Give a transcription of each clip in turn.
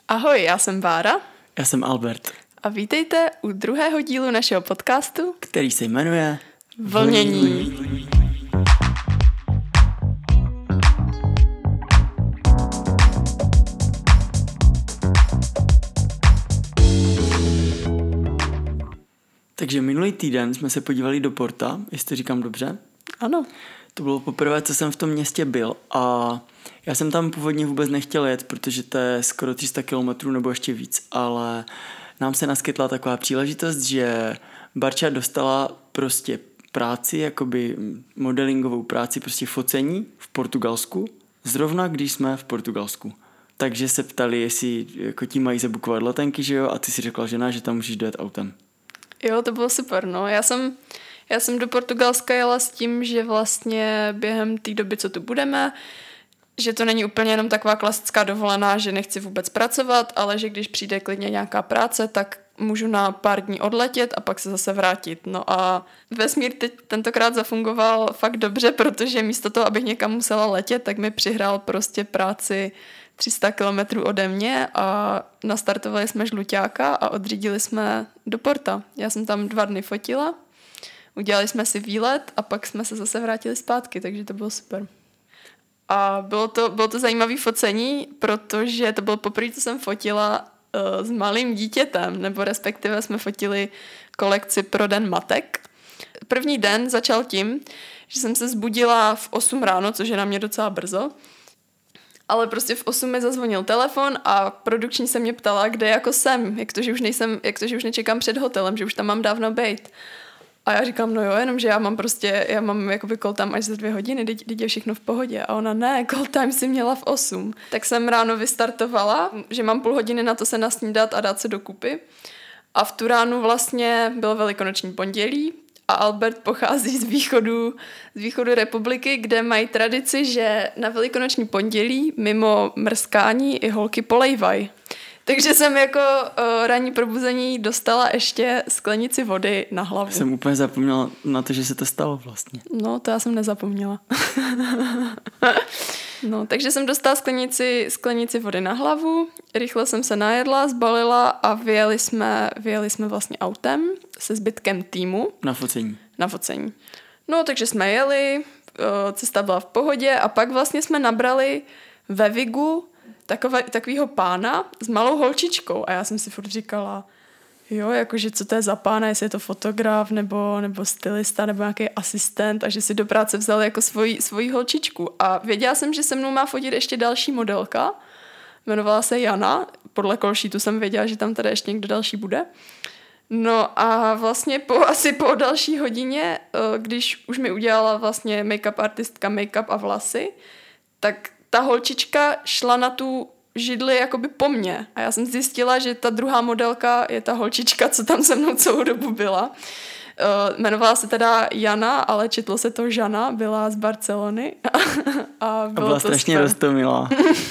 Ahoj, já jsem Bára. Já jsem Albert. A vítejte u druhého dílu našeho podcastu, který se jmenuje Vlnění. Takže minulý týden jsme se podívali do Porta, jestli to říkám dobře. Ano. To bylo poprvé, co jsem v tom městě byl a já jsem tam původně vůbec nechtěl jet, protože to je skoro 300 kilometrů nebo ještě víc, ale nám se naskytla taková příležitost, že Barča dostala prostě práci, jakoby modelingovou práci, prostě focení v Portugalsku, zrovna když jsme v Portugalsku. Takže se ptali, jestli jako ti mají zabukovat letenky, že jo, a ty si řekla, že ne, že tam můžeš dojet autem. Jo, to bylo super, no. Já jsem do Portugalska jela s tím, že vlastně během té doby, co tu budeme, že to není úplně jenom taková klasická dovolená, že nechci vůbec pracovat, ale že když přijde klidně nějaká práce, tak můžu na pár dní odletět a pak se zase vrátit. No a vesmír teď tentokrát zafungoval fakt dobře, protože místo toho, abych někam musela letět, tak mi přihrál prostě práci 300 kilometrů ode mě a nastartovali jsme žluťáka a odřídili jsme do Porta. Já jsem tam 2 dny fotila, udělali jsme si výlet a pak jsme se zase vrátili zpátky, takže to bylo super. A bylo to zajímavé focení, protože to bylo poprvé, co jsem fotila s malým dítětem, nebo respektive jsme fotili kolekci pro Den matek. První den začal tím, že jsem se zbudila v 8 ráno, což je na mě docela brzo, ale prostě v 8 mi zazvonil telefon a produkční se mě ptala, kde jako jsem, jak to, že už nečekám před hotelem, že už tam mám dávno bejt. A já říkám, no jo, jenom, že já mám jakoby call time až za 2 hodiny, teď je všechno v pohodě. A ona, ne, call time si měla v 8. Tak jsem ráno vystartovala, že mám půl hodiny na to se nasnídat a dát se dokupy. A v tu ránu vlastně bylo velikonoční pondělí a Albert pochází z východu republiky, kde mají tradici, že na velikonoční pondělí mimo mrskání i holky polejvají. Takže jsem jako ranní probuzení dostala ještě sklenici vody na hlavu. Jsem úplně zapomněla na to, že se to stalo vlastně. No, to já jsem nezapomněla. No, takže jsem dostala sklenici vody na hlavu, rychle jsem se najedla, zbalila a vyjeli jsme vlastně autem se zbytkem týmu. Na focení. No, takže jsme jeli, cesta byla v pohodě a pak vlastně jsme nabrali ve Vigu takovýho pána s malou holčičkou a já jsem si furt říkala, jo, jakože co to je za pána, jestli je to fotograf nebo stylista nebo nějaký asistent a že si do práce vzal jako svoji holčičku a věděla jsem, že se mnou má fotit ještě další modelka, jmenovala se Jana, podle kolšítu jsem věděla, že tam tady ještě někdo další bude. No a vlastně asi po další hodině, když už mi udělala vlastně make-up artistka make-up a vlasy, tak ta holčička šla na tu židli jakoby po mně. A já jsem zjistila, že ta druhá modelka je ta holčička, co tam se mnou celou dobu byla. Jmenovala se teda Jana, ale četlo se to Žana, byla z Barcelony. A byla strašně roztomilá.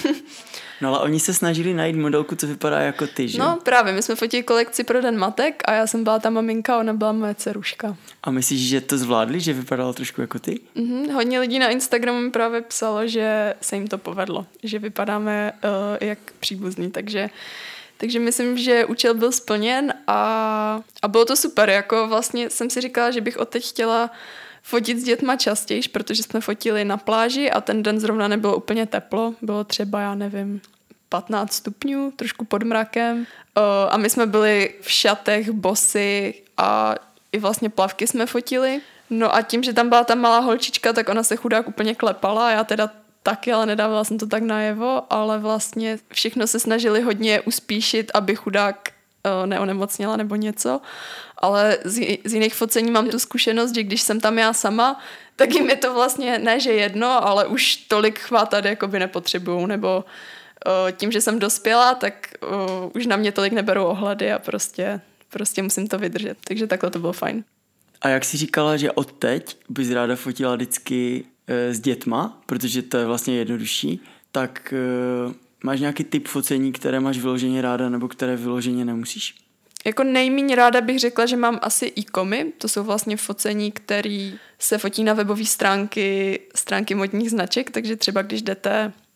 No ale oni se snažili najít modelku, co vypadá jako ty, že? No právě, my jsme fotili kolekci pro Den matek a já jsem byla ta maminka, ona byla moje dceruška. A myslíš, že to zvládli, že vypadala trošku jako ty? Hodně lidí na Instagramu mi právě psalo, že se jim to povedlo, že vypadáme jak příbuzný, takže myslím, že účel byl splněn a bylo to super, jako vlastně jsem si říkala, že bych odteď chtěla fotit s dětma častěji, protože jsme fotili na pláži a ten den zrovna nebylo úplně teplo, bylo třeba, já nevím, 15 stupňů, trošku pod mrakem a my jsme byli v šatech, bosy a i vlastně plavky jsme fotili. No a tím, že tam byla ta malá holčička, tak ona se chudák úplně klepala a já teda taky, ale nedávala jsem to tak najevo, ale vlastně všechno se snažili hodně uspíšit, aby chudák neonemocněla nebo něco, ale z jiných focení mám tu zkušenost, že když jsem tam já sama, tak jim je to vlastně ne, že jedno, ale už tolik chvátat jakoby nepotřebujou, nebo tím, že jsem dospěla, tak už na mě tolik neberou ohledy a prostě musím to vydržet. Takže takhle to bylo fajn. A jak jsi říkala, že odteď bys ráda fotila vždycky s dětma, protože to je vlastně jednodušší, tak máš nějaký typ focení, které máš vyloženě ráda nebo které vyloženě nemusíš? Jako nejméně ráda bych řekla, že mám asi e-comy, to jsou vlastně focení, které se fotí na webové stránky modních značek, takže třeba když jdete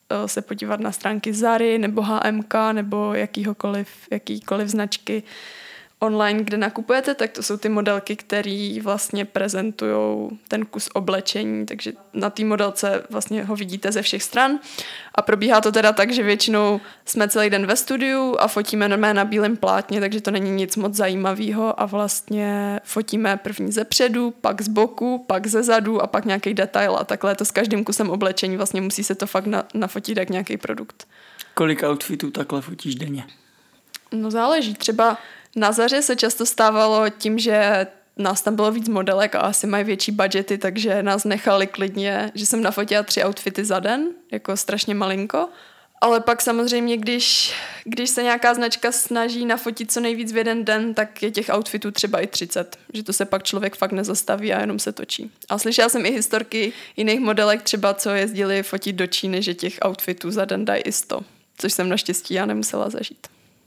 se podívat na stránky Zary nebo HMK nebo jakýkoliv značky online, kde nakupujete, tak to jsou ty modelky, které vlastně prezentují ten kus oblečení, takže na té modelce vlastně ho vidíte ze všech stran a probíhá to teda tak, že většinou jsme celý den ve studiu a fotíme normálně na bílém plátně, takže to není nic moc zajímavého a vlastně fotíme první ze předu, pak z boku, pak ze zadu a pak nějaký detail a takhle to s každým kusem oblečení vlastně musí se to fakt nafotit jak nějaký produkt. Kolik outfitů takhle fotíš denně? No záleží, třeba na Zaře se často stávalo tím, že nás tam bylo víc modelek a asi mají větší budgety, takže nás nechali klidně, že jsem nafotila 3 outfity za den, jako strašně malinko. Ale pak samozřejmě, když se nějaká značka snaží nafotit co nejvíc v jeden den, tak je těch outfitů třeba i 30, že to se pak člověk fakt nezastaví a jenom se točí. A slyšela jsem i historky jiných modelek třeba, co jezdili fotit do Číny, že těch outfitů za den dají i 100, což jsem naštěstí já nemusela zažít.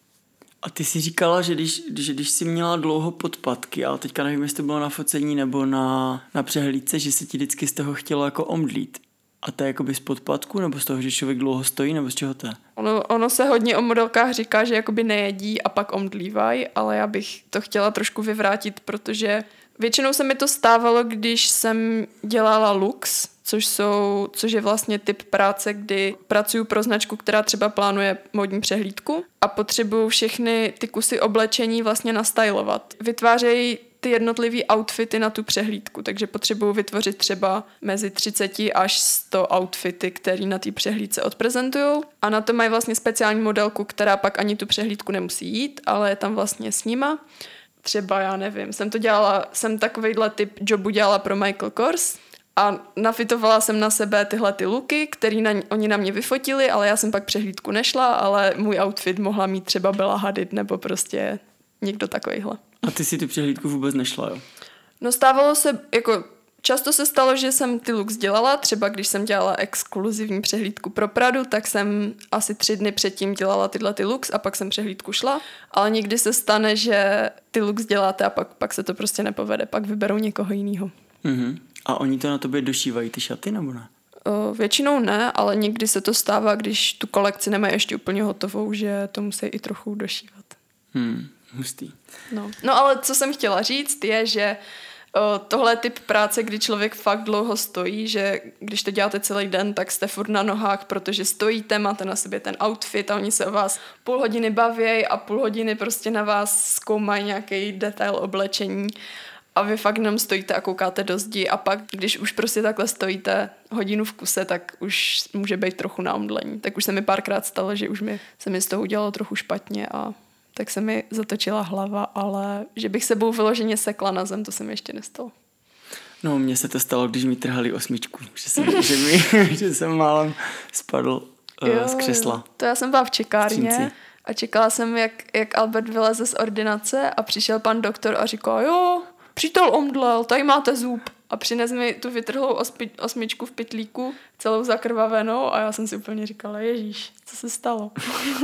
A ty jsi říkala, že když jsi měla dlouho podpatky, ale teďka nevím, jestli to bylo na focení nebo na přehlídce, že se ti vždycky z toho chtělo jako omdlít. A to je jakoby z podpatku, nebo z toho, že člověk dlouho stojí, nebo z čeho to je? Ono se hodně o modelkách říká, že jakoby nejedí a pak omdlívají, ale já bych to chtěla trošku vyvrátit, protože většinou se mi to stávalo, když jsem dělala lux, což je vlastně typ práce, kdy pracuju pro značku, která třeba plánuje módní přehlídku a potřebuju všechny ty kusy oblečení vlastně nastylovat. Vytvářejí ty jednotlivý outfity na tu přehlídku, takže potřebuju vytvořit třeba mezi 30 až 100 outfity, který na té přehlídce odprezentujou a na to mají vlastně speciální modelku, která pak ani tu přehlídku nemusí jít, ale je tam vlastně s nima. Třeba já nevím, jsem takovejhle typ jobu dělala pro Michael Kors a nafitovala jsem na sebe tyhle ty looky, který oni na mě vyfotili, ale já jsem pak přehlídku nešla, ale můj outfit mohla mít třeba Bella Hadid nebo prostě někdo takovejhle. A ty si tu přehlídku vůbec nešla, jo? No stávalo se, jako často se stalo, že jsem ty looks dělala, třeba když jsem dělala exkluzivní přehlídku pro Pradu, tak jsem asi 3 dny předtím dělala tyhle ty looks a pak jsem přehlídku šla, ale někdy se stane, že ty looks děláte a pak se to prostě nepovede, pak vyberou někoho jiného. Mhm. A oni to na tobě došívají ty šaty, nebo ne? Většinou ne, ale někdy se to stává, když tu kolekci nemají ještě úplně hotovou, že to musí i trochu došívat. Hustý. No ale co jsem chtěla říct je, že tohle je typ práce, kdy člověk fakt dlouho stojí, že když to děláte celý den, tak jste furt na nohách, protože stojíte, máte na sobě ten outfit a oni se o vás půl hodiny baví a půl hodiny prostě na vás zkoumají nějaký detail oblečení a vy fakt jenom stojíte a koukáte do zdi a pak, když už prostě takhle stojíte hodinu v kuse, tak už může být trochu na omdlení. Tak už se mi párkrát stalo, že už se mi z toho udělalo trochu špatně a tak se mi zatočila hlava, ale že bych sebou vyloženě sekla na zem, to se mi ještě nestalo. No, mně se to stalo, když mi trhali 8, že jsem málem spadl z křesla. To já jsem byla v čekárně a čekala jsem, jak Albert vyleze z ordinace a přišel pan doktor a říkal, jo, přítel omdlel, tady máte zub. A přines mi tu vytrhlou 8 v pytlíku, celou zakrvavenou a já jsem si úplně říkala, ježíš, co se stalo?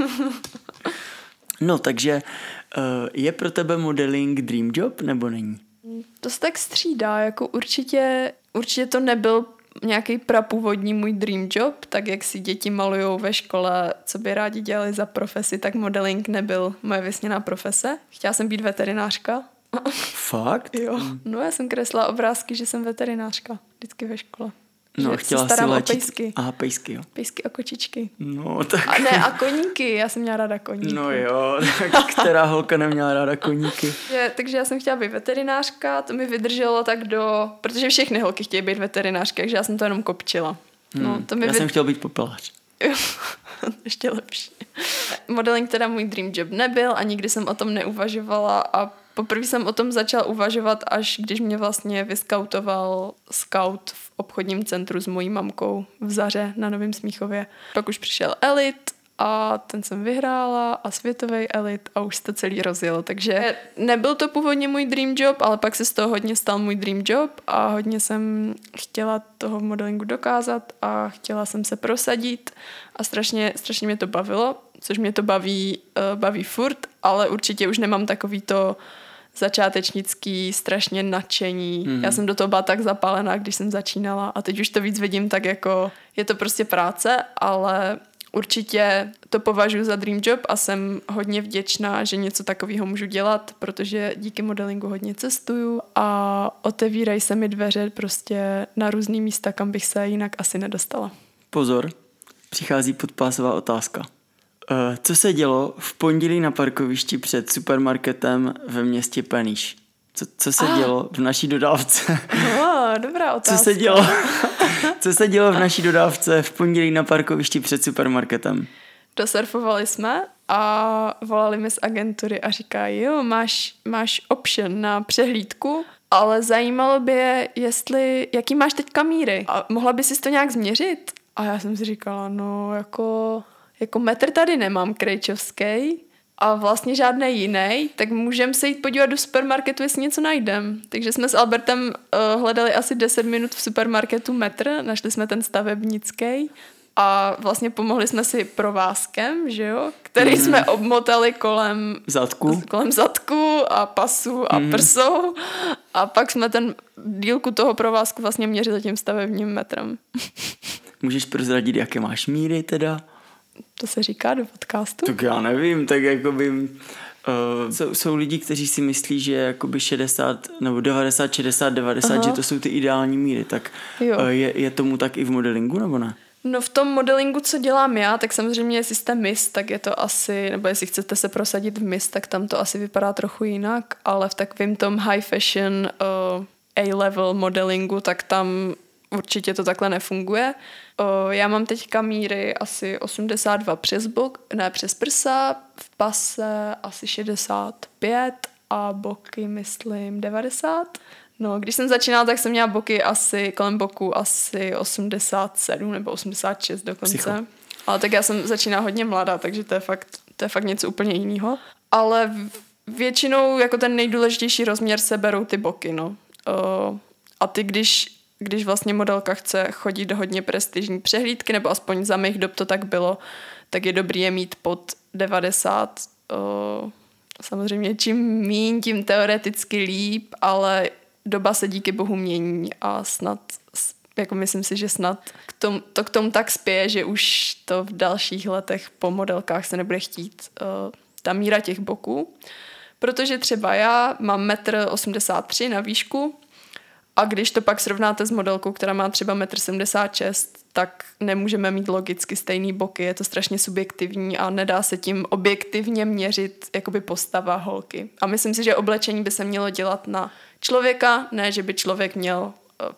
No, takže je pro tebe modeling dream job, nebo není? To se tak střídá, jako určitě to nebyl nějaký prapůvodní můj dream job, tak jak si děti malujou ve škole, co by rádi dělali za profesi, tak modeling nebyl moje vysněná profese. Chtěla jsem být veterinářka. Fakt? Jo, no já jsem kresla obrázky, že jsem veterinářka vždycky ve škole. No, že chtěla si léčit. Aha, pejsky, jo. Pejsky a kočičky. No, tak. A ne, a koníky, já jsem měla ráda koníky. No jo, tak která holka neměla ráda koníky? Takže já jsem chtěla být veterinářka, to mi vydrželo tak protože všechny holky chtějí být veterinářky, takže já jsem to jenom kopčila. No, já jsem chtěl být popelář. Ještě lepší. Modeling teda můj dream job nebyl a nikdy jsem o tom neuvažovala a poprvé jsem o tom začala uvažovat, až když mě vlastně vyskautoval scout v obchodním centru s mojí mamkou v Zaře na Novém Smíchově. Pak už přišel Elite a ten jsem vyhrála a světový Elite a už se to celý rozjelo. Takže nebyl to původně můj dream job, ale pak se z toho hodně stal můj dream job a hodně jsem chtěla toho modelingu dokázat a chtěla jsem se prosadit a strašně mě to bavilo, což mě to baví furt, ale určitě už nemám takový to začátečnický, strašně nadšení. Já jsem do toho byla tak zapálená, když jsem začínala a teď už to víc vidím tak jako, je to prostě práce, ale určitě to považuji za dream job a jsem hodně vděčná, že něco takového můžu dělat, protože díky modelingu hodně cestuju a otevírají se mi dveře prostě na různý místa, kam bych se jinak asi nedostala. Pozor, přichází podpásová otázka. Co se dělo v pondělí na parkovišti před supermarketem ve městě Peníž? Co se dělo v naší dodávce? Dobrá otázka. Co se dělo v naší dodávce v pondělí na parkovišti před supermarketem? Dosurfovali jsme a volali mi z agentury a říkají, jo, máš option na přehlídku, ale zajímalo by je, jaký máš teďka míry a mohla by si to nějak změřit? A já jsem si říkala, no jako metr tady nemám krejčovský a vlastně žádný jiný, tak můžeme se jít podívat do supermarketu, jestli něco najdem. Takže jsme s Albertem hledali asi 10 minut v supermarketu metr, našli jsme ten stavebnický a vlastně pomohli jsme si provázkem, že jo, který jsme obmotali kolem zadku a pasu a prsou a pak jsme ten dílku toho provázku vlastně měřili tím stavebním metrem. Můžeš prozradit, jaké máš míry teda? To se říká do podcastu? Tak já nevím, tak jakoby... jsou lidi, kteří si myslí, že jakoby 60 nebo 90, 60, 90, že to jsou ty ideální míry, tak je tomu tak i v modelingu, nebo ne? No v tom modelingu, co dělám já, tak samozřejmě, jestli jste Miss, tak je to asi, nebo jestli chcete se prosadit v Miss, tak tam to asi vypadá trochu jinak, ale v takovém tom high fashion A-level modelingu, tak tam určitě to takhle nefunguje. Já mám teďka míry asi 82 přes prsa, v pase asi 65 a boky myslím 90. No, když jsem začínala, tak jsem měla boky kolem boku asi 87 nebo 86 dokonce. Psycho. Ale tak já jsem začínala hodně mladá, takže to je fakt něco úplně jiného. Ale většinou jako ten nejdůležitější rozměr se berou ty boky, no. A ty, když vlastně modelka chce chodit do hodně prestižní přehlídky, nebo aspoň za mých dob to tak bylo, tak je dobrý je mít pod 90. Samozřejmě čím míň, tím teoreticky líp, ale doba se díky bohu mění a snad, jako myslím si, že snad k tomu tak spěje, že už to v dalších letech po modelkách se nebude chtít ta míra těch boků. Protože třeba já mám 1,83 m na výšku, a když to pak srovnáte s modelkou, která má třeba 1,76 m, tak nemůžeme mít logicky stejný boky. Je to strašně subjektivní a nedá se tím objektivně měřit jakoby postava holky. A myslím si, že oblečení by se mělo dělat na člověka, ne, že by člověk měl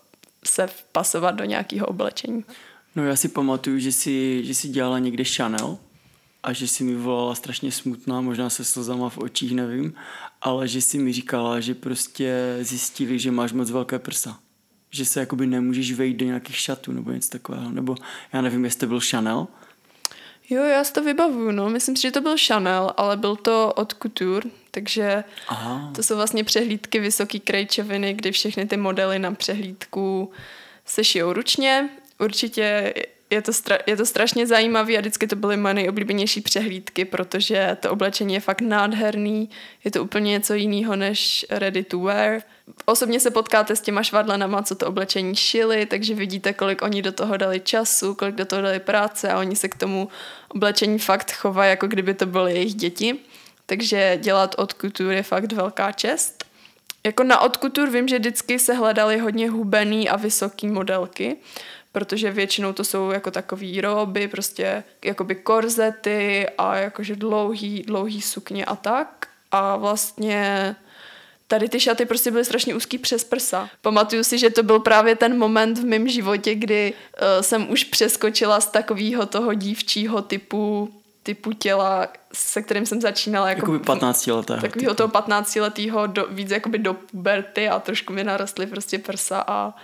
se vpasovat do nějakého oblečení. No já si pamatuju, že jsi dělala někde Chanel a že jsi mi volala strašně smutná, možná se slzama v očích, nevím, ale že jsi mi říkala, že prostě zjistili, že máš moc velké prsa. Že se jakoby nemůžeš vejít do nějakých šatů nebo něco takového. Nebo já nevím, jestli to byl Chanel. Jo, já si to vybavuju, no. Myslím si, že to byl Chanel, ale byl to od Couture, takže to jsou vlastně přehlídky vysoký krejčoviny, kdy všechny ty modely na přehlídku se šijou ručně. Určitě je to strašně zajímavé a vždycky to byly moje nejoblíbenější přehlídky, protože to oblečení je fakt nádherný, je to úplně něco jiného než ready to wear. Osobně se potkáte s těma švadlenama, co to oblečení šili, takže vidíte, kolik oni do toho dali času, kolik do toho dali práce a oni se k tomu oblečení fakt chovají, jako kdyby to byly jejich děti. Takže dělat od Couture je fakt velká čest. Jako na od Couture vím, že vždycky se hledaly hodně hubený a vysoký modelky, protože většinou to jsou jako takový roby, prostě jakoby korzety a jakože dlouhý sukně a tak. A vlastně tady ty šaty prostě byly strašně úzký přes prsa. Pamatuju si, že to byl právě ten moment v mém životě, kdy jsem už přeskočila z takového toho dívčího typu těla, se kterým jsem začínala jako 15letého. Takového toho 15letého víc jakoby do puberty a trošku mi narostly prostě prsa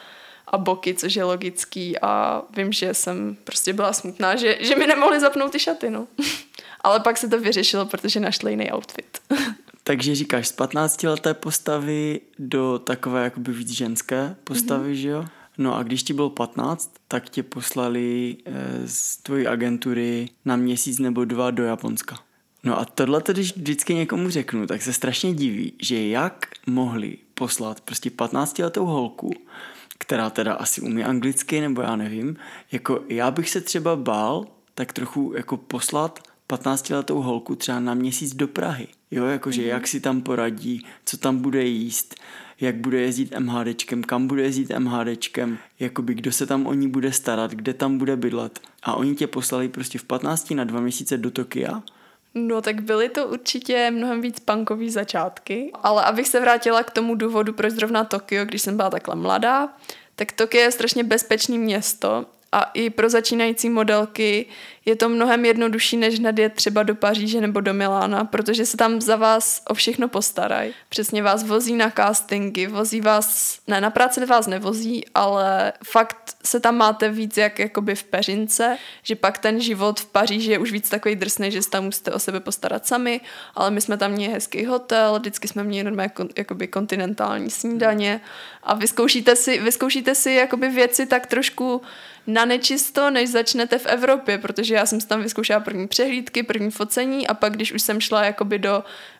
a boky, což je logický a vím, že jsem prostě byla smutná, že mi nemohli zapnout ty šaty, no. Ale pak se to vyřešilo, protože našli jiný outfit. Takže říkáš z 15leté postavy do takové jakoby víc ženské postavy, že jo? No a když ti bylo 15, tak tě poslali z tvojí agentury na měsíc nebo 2 do Japonska. No a tohle, když vždycky někomu řeknu, tak se strašně diví, že jak mohli poslat prostě 15letou holku, která teda asi umí anglicky, nebo já nevím, jako já bych se třeba bál tak trochu jako poslat 15letou holku třeba na měsíc do Prahy. Jo, jakože jak si tam poradí, co tam bude jíst, jak bude jezdit MHDčkem, kam bude jezdit MHDčkem, jakoby kdo se tam o ní bude starat, kde tam bude bydlet. A oni tě poslali prostě v 15 na 2 měsíce do Tokia. No tak byly to určitě mnohem víc punkový začátky, ale abych se vrátila k tomu důvodu, proč zrovna Tokio, když jsem byla takhle mladá, tak Tokio je strašně bezpečné město a i pro začínající modelky je to mnohem jednodušší, než hned jet třeba do Paříže nebo do Milána, protože se tam za vás o všechno postarají. Přesně vás vozí na castingy, vozí vás, ne, na práci vás nevozí, ale fakt se tam máte víc jak jakoby v peřince, že pak ten život v Paříži je už víc takový drsný, že se tam musíte o sebe postarat sami, ale my jsme tam měli hezký hotel, vždycky jsme měli normálně jakoby kontinentální snídaně a vyzkoušíte si jakoby věci tak trošku na nečisto, než začnete v Evropě, protože já jsem si tam vyzkoušela první přehlídky, první focení a pak, když už jsem šla jakoby do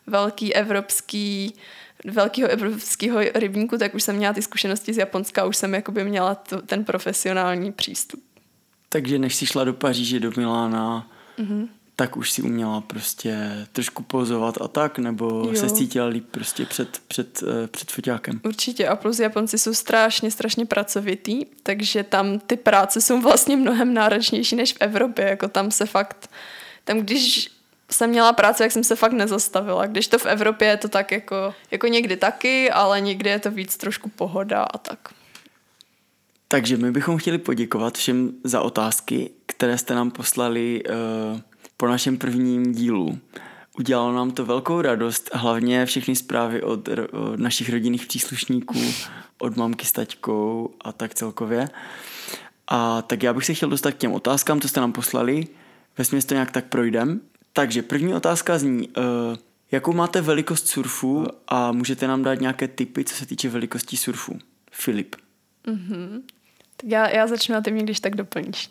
velkého evropského rybníku, tak už jsem měla ty zkušenosti z Japonska a už jsem jakoby měla ten profesionální přístup. Takže než jsi šla do Paříže, do Milána, tak už si uměla prostě trošku pozovat a tak, nebo se cítila líp prostě před foťákem? Určitě a plus Japonci jsou strašně pracovitý, takže tam ty práce jsou vlastně mnohem náročnější než v Evropě, jako tam když jsem měla práci, jak jsem se fakt nezastavila, když to v Evropě je to tak jako někdy taky, ale někdy je to víc trošku pohoda a tak. Takže my bychom chtěli poděkovat všem za otázky, které jste nám poslali po našem prvním dílu. Udělalo nám to velkou radost, hlavně všechny zprávy od našich rodinných příslušníků, od mamky s taťkou a tak celkově. A tak já bych se chtěl dostat k těm otázkám, co jste nám poslali. Vesměs to nějak tak projdem. Takže první otázka zní, jakou máte velikost surfu a můžete nám dát nějaké tipy, co se týče velikosti surfu? Filip. Tak já začnu a ty mě když tak doplníš.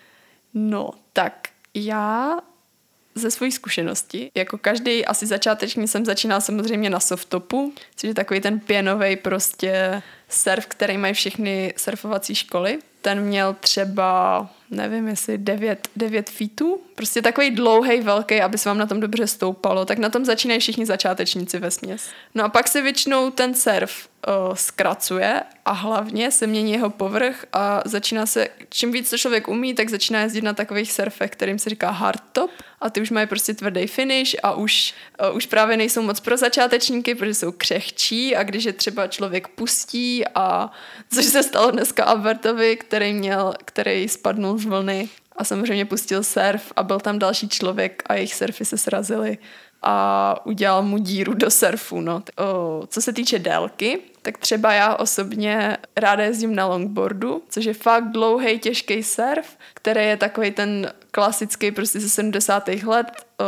No, tak já ze své zkušenosti, jako každý asi začátečník jsem začínala samozřejmě na softopu, což je takový ten pěnovej prostě surf, který mají všechny surfovací školy. Ten měl třeba, nevím jestli 9 feetů, prostě takový dlouhej, velký, aby se vám na tom dobře stoupalo, tak na tom začínají všichni začátečníci vesměs. No a pak se většinou ten surf zkracuje a hlavně se mění jeho povrch a začíná se, čím víc to člověk umí, tak začíná jezdit na takových surfech, kterým se říká hardtop a ty už mají prostě tvrdý finish a už právě nejsou moc pro začátečníky, protože jsou křehčí a když je třeba člověk pustí a což se stalo dneska Albertovi, který spadnul z vlny a samozřejmě pustil surf a byl tam další člověk a jejich surfy se srazily a udělal mu díru do surfu. No. Co se týče délky, tak třeba já osobně ráda jezdím na longboardu, což je fakt dlouhý, těžký surf, který je takový ten klasický prostě ze 70. let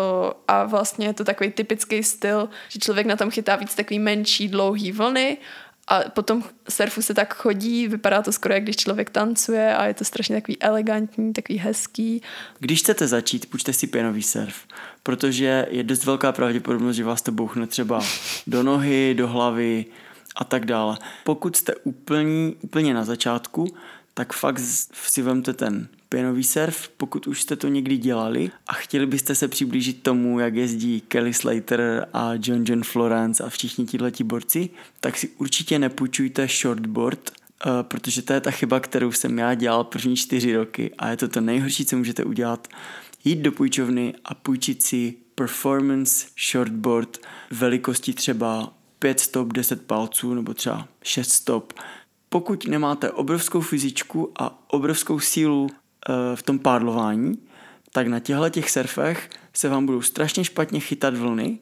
a vlastně je to takový typický styl, že člověk na tom chytá víc takový menší, dlouhý vlny a potom surfu se tak chodí, vypadá to skoro, jak když člověk tancuje a je to strašně takový elegantní, takový hezký. Když chcete začít, půjčte si pěnový surf, protože je dost velká pravděpodobnost, že vás to bouchne třeba do nohy, do hlavy a tak dále. Pokud jste úplně na začátku, tak fakt si vemte ten pěnový surf, pokud už jste to někdy dělali a chtěli byste se přiblížit tomu, jak jezdí Kelly Slater a John Florence a všichni tihleti borci, tak si určitě nepůjčujte shortboard, protože to je ta chyba, kterou jsem já dělal první 4 roky a je to nejhorší, co můžete udělat. Jít do půjčovny a půjčit si performance shortboard velikosti třeba 5 stop, 10 palců nebo třeba 6 stop. Pokud nemáte obrovskou fyzičku a obrovskou sílu v tom pádlování, tak na těch surfech se vám budou strašně špatně chytat vlny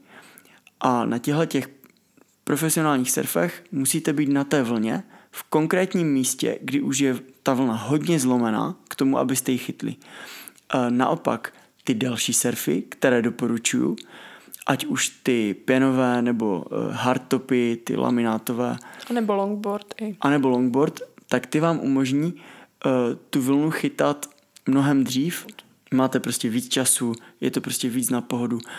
a na těch profesionálních surfech musíte být na té vlně v konkrétním místě, kdy už je ta vlna hodně zlomená k tomu, abyste ji chytli. Naopak ty další surfy, které doporučuju, ať už ty pěnové nebo hardtopy, ty laminátové. A nebo longboard, tak ty vám umožní tu vlnu chytat mnohem dřív. Máte prostě víc času, je to prostě víc na pohodu.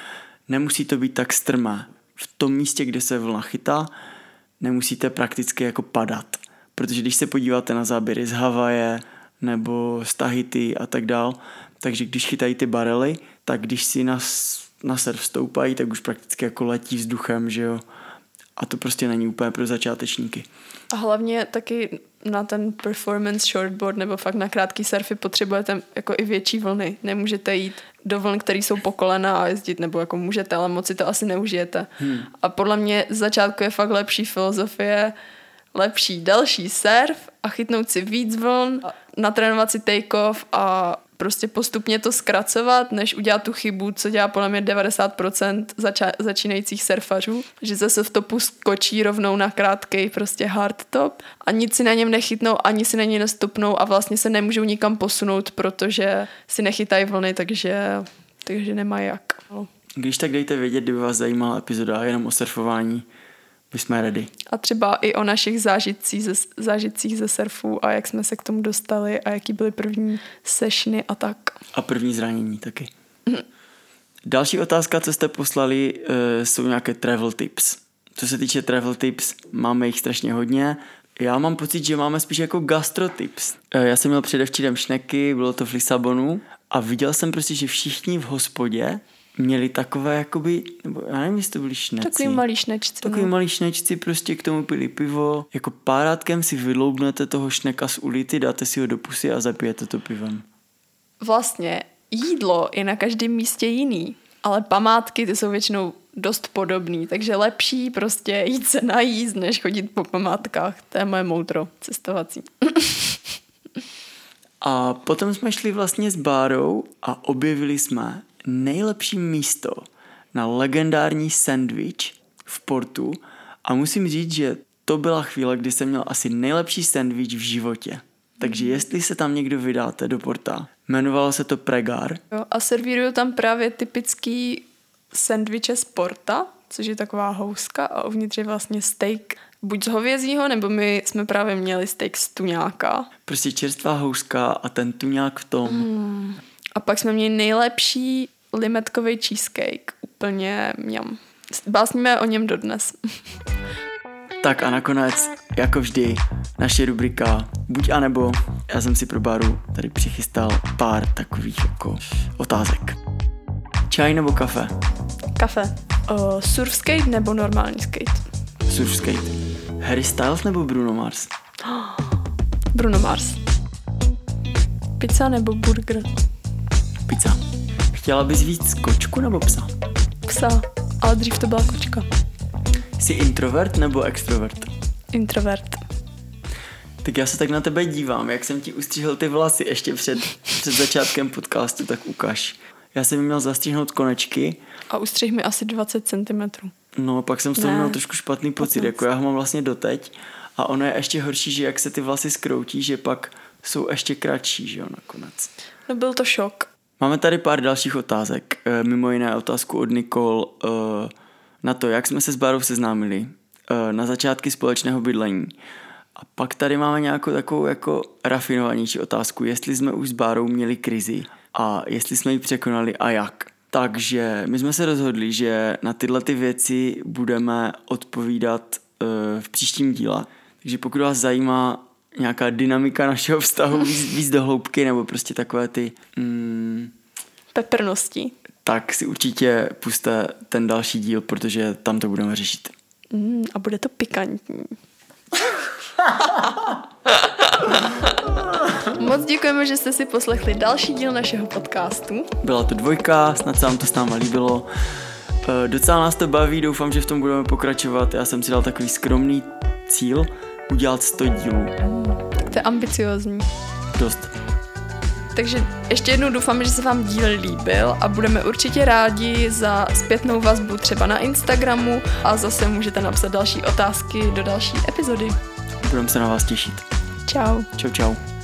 nemusí to být tak strmé. V tom místě, kde se vlna chytá, nemusíte prakticky jako padat. Protože když se podíváte na záběry z Havaje nebo z Tahiti a tak dál, takže když chytají ty barely, tak když si na surf stoupají, tak už prakticky jako letí vzduchem, že jo. A to prostě není úplně pro začátečníky. A hlavně taky na ten performance shortboard nebo fakt na krátký surfy potřebujete jako i větší vlny. Nemůžete jít do vln, které jsou po kolena a jezdit, nebo jako můžete, ale moc si to asi neužijete. A podle mě z začátku je fakt lepší filozofie, lepší další surf a chytnout si víc vln, natrénovat si take-off a prostě postupně to zkracovat, než udělat tu chybu, co dělá podle mě 90% začínajících surfařů, že zase v topu skočí rovnou na krátkej prostě hardtop a nic si na něm nechytnou, ani si na něj nestupnou a vlastně se nemůžou nikam posunout, protože si nechytají vlny, takže nemají jak. No. Když tak dejte vědět, kdyby vás zajímala epizoda jenom o surfování, my jsme ready. A třeba i o našich zážitcích ze surfu a jak jsme se k tomu dostali a jaký byly první sessiony a tak. A první zranění taky. Další otázka, co jste poslali, jsou nějaké travel tips. Co se týče travel tips, máme jich strašně hodně. Já mám pocit, že máme spíš jako gastro tips. Já jsem měl předevčírem šneky, bylo to v Lisabonu a viděl jsem prostě, že všichni v hospodě měli takové jakoby, nebo já nevím, jestli to byli šneci. Takový malý šnečci. Takový malý šnečci, prostě k tomu pili pivo. Jako párátkem si vyloubnete toho šneka z ulity, dáte si ho do pusy a zapijete to pivem. Vlastně jídlo je na každém místě jiný, ale památky ty jsou většinou dost podobný, takže lepší prostě jít se najíst, než chodit po památkách. To je moje moudro cestovací. A potom jsme šli vlastně s Bárou a objevili jsme nejlepší místo na legendární sandwich v Portu a musím říct, že to byla chvíle, kdy jsem měl asi nejlepší sandwich v životě. Takže jestli se tam někdo vydáte do Porta, jmenovalo se to Pregar. Jo, a servírují tam právě typický sandwiche z Porta, což je taková houska a uvnitř je vlastně steak buď z hovězího, nebo my jsme právě měli steak z tuňáka. Prostě čerstvá houska a ten tuňák v tom. A pak jsme měli nejlepší limetkový cheesecake. Úplně mňam. Básníme o něm dodnes. Tak a nakonec, jako vždy, naše rubrika Buď a nebo. Já jsem si pro Báru tady přichystal pár takových jako otázek. Čaj nebo kafe? Kafe. Surf skate nebo normální skate? Surf skate. Harry Styles nebo Bruno Mars? Bruno Mars. Pizza nebo burger? Pizza. Chtěla bys víc kočku nebo psa? Psa, ale dřív to byla kočka. Jsi introvert nebo extrovert? Introvert. Tak já se tak na tebe dívám, jak jsem ti ustřihl ty vlasy ještě před začátkem podcastu, tak ukaž. Já jsem měl zastřihnout konečky. A ustřih mi asi 20 cm. No, pak jsem z toho měl trošku špatný pocit, 15. Jako já ho mám vlastně doteď. A ono je ještě horší, že jak se ty vlasy skroutí, že pak jsou ještě kratší, že jo, nakonec. No byl to šok. Máme tady pár dalších otázek. Mimo jiné otázku od Nicole na to, jak jsme se s Bárou seznámili. Na začátky společného bydlení. A pak tady máme nějakou takovou jako rafinovanější otázku, jestli jsme už s Bárou měli krizi a jestli jsme ji překonali a jak. Takže my jsme se rozhodli, že na tyhle ty věci budeme odpovídat v příštím díle. Takže pokud vás zajímá nějaká dynamika našeho vztahu víc do hloubky nebo prostě takové ty peprnosti, tak si určitě pusťte ten další díl, protože tam to budeme řešit. A bude to pikantní. Moc děkujeme, že jste si poslechli další díl našeho podcastu. Byla to 2, snad se vám to s náma líbilo. Docela nás to baví, doufám, že v tom budeme pokračovat. Já jsem si dal takový skromný cíl udělat 100 dílů. Tak to je ambiciozní. Dost. Takže ještě jednou doufáme, že se vám díl líbil a budeme určitě rádi za zpětnou vazbu třeba na Instagramu a zase můžete napsat další otázky do další epizody. Budeme se na vás těšit. Čau. Čau.